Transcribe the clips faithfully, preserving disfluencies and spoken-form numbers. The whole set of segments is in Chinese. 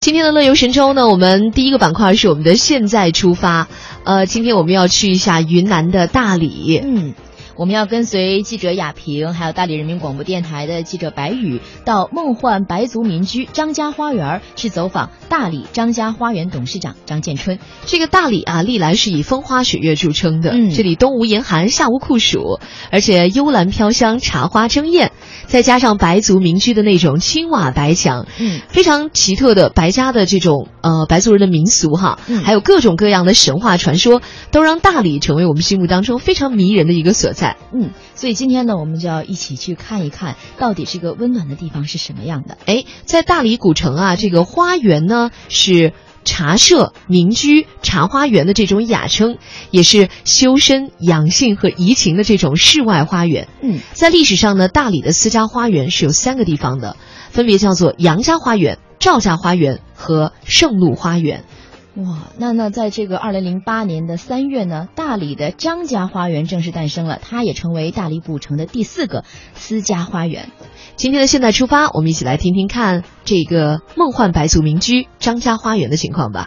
今天的乐游神州呢，我们第一个板块是我们的现在出发。呃，今天我们要去一下云南的大理。 嗯，我们要跟随记者亚平，还有大理人民广播电台的记者白宇，到梦幻白族民居张家花园，去走访大理张家花园董事长张建春。 这个大理啊，历来是以风花雪月著称的。 嗯， 这里冬无严寒，夏无酷暑，而且幽兰飘香，茶花争艳。再加上白族民居的那种青瓦白墙， 嗯， 非常奇特的白家的这种呃白族人的民俗哈， 嗯， 还有各种各样的神话传说，都让大理成为我们心目当中非常迷人的一个所在。 嗯，所以今天呢，我们就要一起去看一看，到底这个温暖的地方是什么样的。 哎，在大理古城啊，这个花园呢是茶社、民居、茶花园的这种雅称，也是修身养性和怡情的这种世外花园。 嗯， 在历史上呢，大理的私家花园是有三个地方的，分别叫做杨家花园、赵家花园和圣路花园。 哇，那那在这个二零零八年的三月呢，大理的张家花园正式诞生了，它也成为大理古城的第四个私家花园。 今天的现在出发，我们一起来听听看这个梦幻白族民居张家花园的情况吧。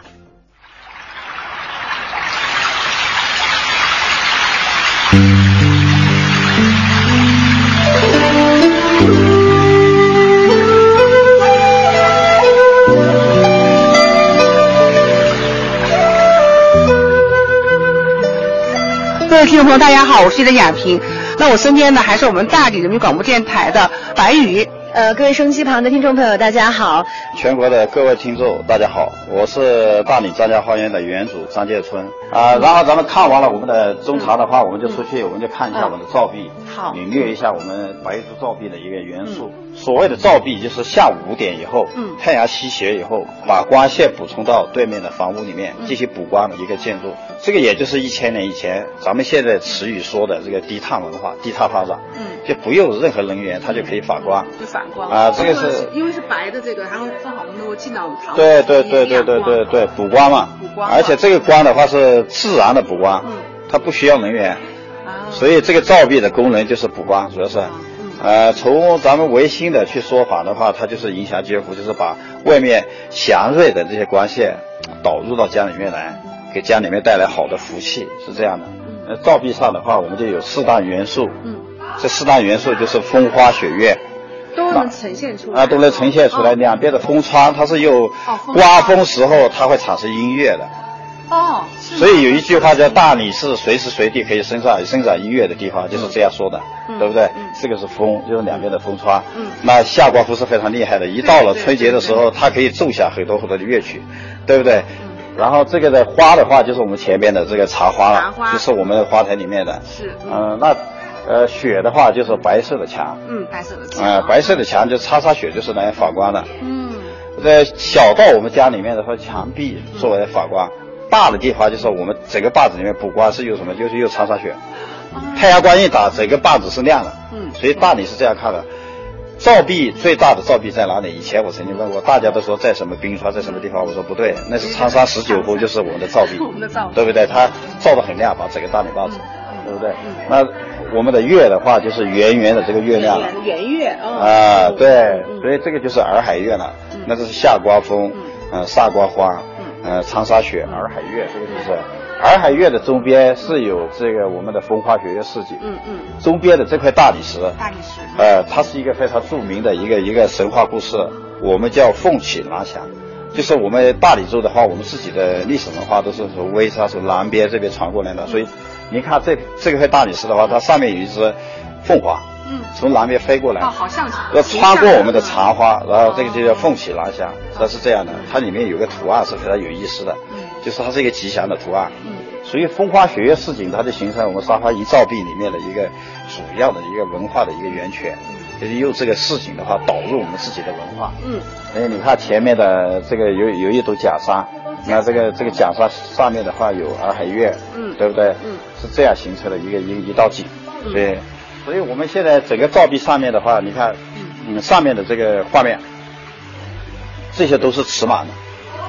各位听众朋友，大家好，我是记者亚平。那我身边呢，还是我们大理人民广播电台的白宇。 呃，各位收音机旁的听众朋友，大家好。 全国的各位听众，大家好，我是大理张家花园的园主张建春啊、呃。然后咱们看完了我们的中茶的话，我们就出去，我们就看一下我们的造币， 好， 领略一下我们白族造币的一个元素。嗯、所谓的造币，就是下午五点以后，嗯，太阳西斜以后，把光线补充到对面的房屋里面进行补光的一个建筑。这个也就是一千年以前，咱们现在词语说的这个低碳文化、低碳发展，嗯，就不用任何能源，它就可以发光， 就反光啊、呃，这个是因为是白的这个，然后正好能够进到我们堂。 对对对对对对对，补光嘛， 补光， 而且这个光的话是自然的补光，嗯，它不需要能源，啊，所以这个造币的功能就是补光，主要是。呃，从咱们唯心的去说法的话，它就是影响接福，就是把外面祥瑞的这些光线导入到家里面来，给家里面带来好的福气，是这样的。呃，造币上的话，我们就有四大元素，嗯，这四大元素就是风花雪月， 都能呈现出来啊，都能呈现出来。两边的风窗，它是有刮风时候它会产生音乐的。 哦， 所以有一句话叫大理是随时随地可以生产生产音乐的地方，就是这样说的，嗯、对不对？嗯、这个是风，就是两边的风窗。嗯，那夏刮夫是非常厉害的，一到了春节的时候，它可以奏响很多很多的乐曲，对不对？嗯、然后这个的花的话，就是我们前面的这个茶花了，就是我们花台里面的。 是。 嗯、呃，那呃雪的话就是白色的墙。 嗯，白色的墙。 呃，白色的墙就擦擦雪就是来反光的。嗯。在小到我们家里面的话，墙壁作为反光。大的地方就是我们整个坝子里面补光是有什么，就是有擦擦雪，太阳光一打，整个坝子是亮的。嗯，所以大理是这样看的。造币最大的造币在哪里？以前我曾经问过，大家都说在什么冰川，在什么地方？我说不对，那是苍山十九湖，就是我们的造币， 我们的造币， 对不对？它造得很亮，把整个大理坝子，对不对？那我们的月的话，就是圆圆的这个月亮， 圆月啊，对，所以这个就是洱海月了。那这是夏刮风，呃，萨刮花。呃，长沙雪、洱海月，这个就是洱海月的周边是有这个我们的风花雪月市集，嗯嗯，周边的这块大理石， 大理石， 呃，它是一个非常著名的一个一个神话故事，我们叫凤起南翔，就是我们大理州的话，我们自己的历史文化都是从威沙从南边这边传过来的，所以你看这这块大理石的话，它上面有一只凤凰。嗯，从南边飞过来， 哦，好像是， 要穿过我们的茶花，然后这个就叫凤起南翔，它是这样的，它里面有个图案是非常有意思的，嗯，就是它是一个吉祥的图案，嗯，所以风花雪月市井它就形成我们沙花一造币里面的一个主要的一个文化的一个源泉，嗯，就是用这个市井的话导入我们自己的文化，嗯，哎，你看前面的这个有有一堵假山，那这个这个假山上面的话有洱海月，嗯，对不对？嗯，是这样形成的一个一一道景，所以。所以我们现在整个造币上面的话，你看，嗯，上面的这个画面，这些都是瓷满的，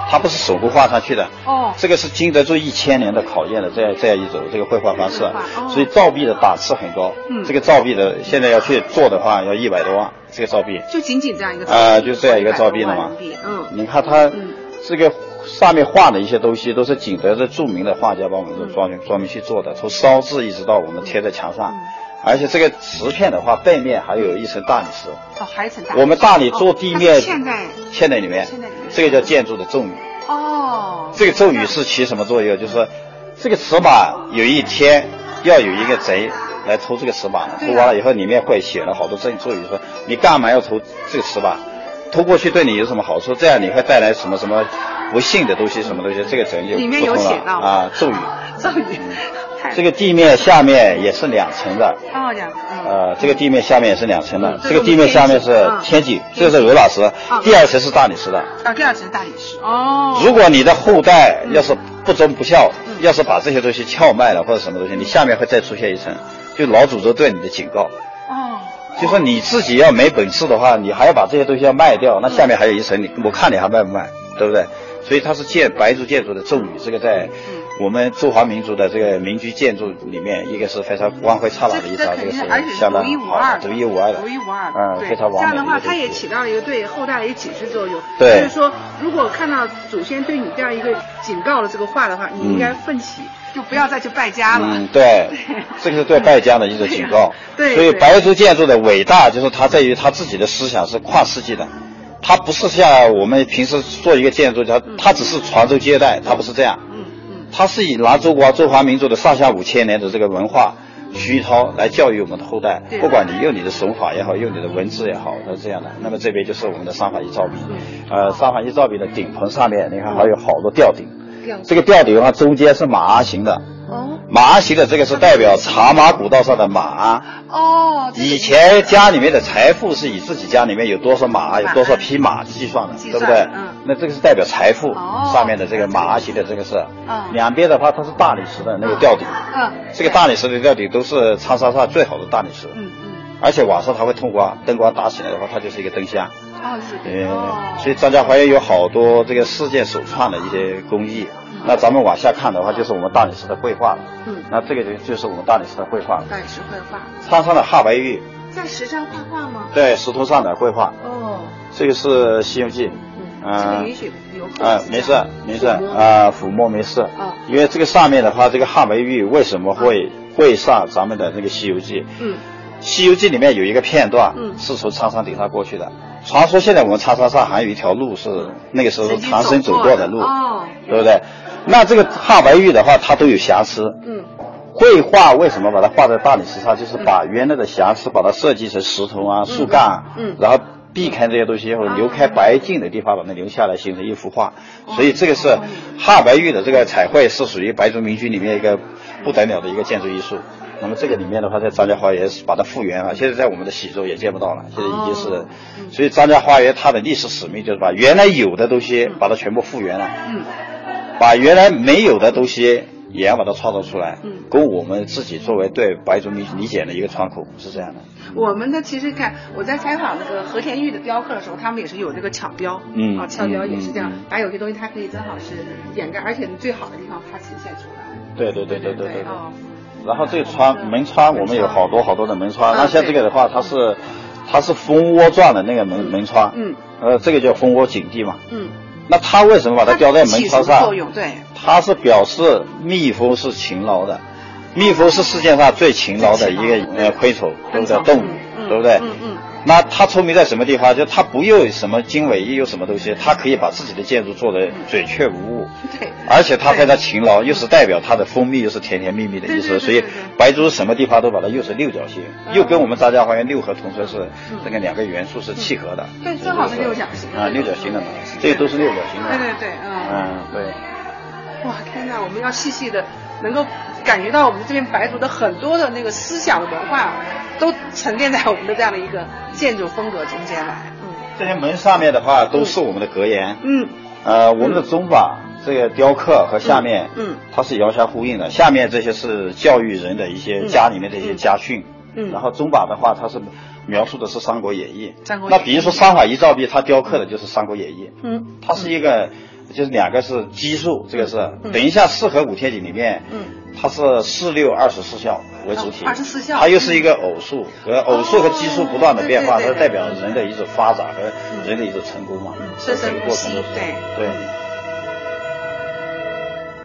它不是手工画上去的。 哦， 这个是经得住一千年的考验的这样这样一种这个绘画方式， 哦、 所以造币的档次很高。嗯，这个造币的现在要去做的话，要一百多万。这个造币就仅仅这样一个啊、呃，就是这样一个造币的嘛。 嗯， 你看它、嗯、这个上面画的一些东西，都是景德的著名的画家帮我们做专门专门去做的，从烧制一直到我们贴在墙上。嗯，而且这个瓷片的话，背面还有一层大理石。 哦，还有一层大理石。 我们大理做地面， 嵌在嵌在里面，这个叫建筑的咒语。 哦。 这个咒语是起什么作用？就是这个石板有一天要有一个贼来偷这个石板，偷完了以后里面会写了好多咒咒语，说你干嘛要偷这个石板？偷过去对你有什么好处？这样你会带来什么什么不幸的东西，什么东西？这个人就里面有写到啊咒语。 咒语。 这个地面下面也是两层的。 哦，两层。 呃，这个地面下面也是两层的。这个地面下面是天井，这是鹅卵石。第二层是大理石的。 啊，第二层是大理石。哦。 如果你的后代要是不忠不孝，要是把这些东西撬卖了或者什么东西，你下面会再出现一层，就老祖宗对你的警告。 哦。 就说你自己要没本事的话，你还要把这些东西要卖掉，那下面还有一层，你我看你还卖不卖，对不对？所以它是建白族建筑的咒语，这个在我们中华民族的这个民居建筑里面，一个是非常光辉灿烂的一条，这个是相当好，独一无二的， 独一无二的， 嗯，非常完美。 这样的话，它也起到了一个对后代的一个警示作用。 对， 就是说，如果看到祖先对你这样一个警告的这个话的话，你应该奋起，就不要再去败家了。 嗯，对，这个是对败家的一种警告。 对， 所以白族建筑的伟大，就是它在于它自己的思想是跨世纪的。它不是像我们平时做一个建筑，它它只是传宗接代，它不是这样。嗯嗯，它是以拿中国中华民族的上下五千年的这个文化熏陶来教育我们的后代。不管你用你的手法也好，用你的文字也好，它是这样的。那么这边就是我们的三法一照比。呃，三法一照比的顶棚上面，你看还有好多吊顶。这个吊顶的话，中间是马形的。哦，马形的这个是代表茶马古道上的马。 哦， 以前家里面的财富是以自己家里面有多少马，有多少匹马计算的，对不对？嗯，那这个是代表财富。哦，上面的这个马形的这个是。嗯，两边的话它是大理石的那个吊顶。嗯，这个大理石的吊顶都是长沙上最好的大理石。嗯嗯，而且晚上它会透光，灯光打起来的话，它就是一个灯箱。 哦，是的。 呃，所以张家花园有好多这个世界首创的一些工艺。那咱们往下看的话，就是我们大理石的绘画了。嗯，那这个就就是我们大理石的绘画。 大理石绘画。苍山的哈白玉。 在石上绘画吗？ 对，石头上的绘画。哦。这个是《西游记》。 嗯。这个允许有。 啊，没事没事啊，抚摸没事。啊。因为这个上面的话，这个哈白玉为什么会会上咱们的那个《西游记》？嗯。《西游记》里面有一个片段，嗯，是从苍山顶上过去的。传说现在我们苍山上还有一条路是那个时候唐僧走过的路，哦，对不对？那这个哈白玉的话，它都有瑕疵。嗯，绘画为什么把它画在大理石上？就是把原来的瑕疵把它设计成石头啊、树干，嗯，然后避开这些东西以后，留开白净的地方，把它留下来，形成一幅画。所以这个是哈白玉的这个彩绘，是属于白族民居里面一个不得了的一个建筑艺术。那么这个里面的话，在张家花园是把它复原了，现在在我们的喜洲也见不到了，现在已经是，所以张家花园它的历史使命就是把原来有的东西把它全部复原了，嗯，把原来没有的东西也要把它创造出来，嗯，供我们自己作为对白族民理解的一个窗口，是这样的。 我们的其实看我在采访那个和田玉的雕刻的时候，他们也是有这个抢标，嗯，啊，撬标也是这样，把、嗯嗯、有些东西它可以正好是掩盖，而且最好的地方它呈现出来。 对对对对对对对。哦，然后这个窗门窗，我们有好多好多的门窗。那像这个的话，它是它是蜂窝状的那个门门窗，嗯，呃，这个叫蜂窝紧闭嘛，嗯。那它为什么把它雕在门窗上？ 作用对， 它是表示蜜蜂是勤劳的，蜜蜂是世界上最勤劳的一个呃昆虫，对不对？动物，对不对？嗯嗯。那它聪明在什么地方？就它不用什么经纬，也有什么东西，它可以把自己的建筑做得准确无误。 对。 而且它非常勤劳，又是代表它的蜂蜜，又是甜甜蜜蜜的意思。所以白族什么地方都把它又是六角形，又跟我们张家花园六合同村是这个两个元素是契合的。 对，正好是六角形。 啊，六角形的嘛，这都是六角形的。 对对对，嗯。 嗯，对。 哇，天哪！我们要细细的能够感觉到我们这边白族的很多的那个思想文化，都沉淀在我们的这样的一个建筑风格中间来。嗯， 这些门上面的话都是我们的格言。嗯，呃，我们的宗法这个雕刻和下面，嗯，它是遥相呼应的。下面这些是教育人的一些家里面的一些家训。嗯，然后宗法的话，它是描述的是《三国演义》。三国。那比如说三法一照壁，它雕刻的就是《三国演义》。嗯，它是一个就是两个是奇数，这个是、嗯、等一下四和五天体里面，嗯，它是四六二十四项为主体， 二十四项， 它又是一个偶数，和偶数和奇数不断的变化，哦、对对对对，它代表人的一种发展和人的一种成功嘛， 生生不息，对对。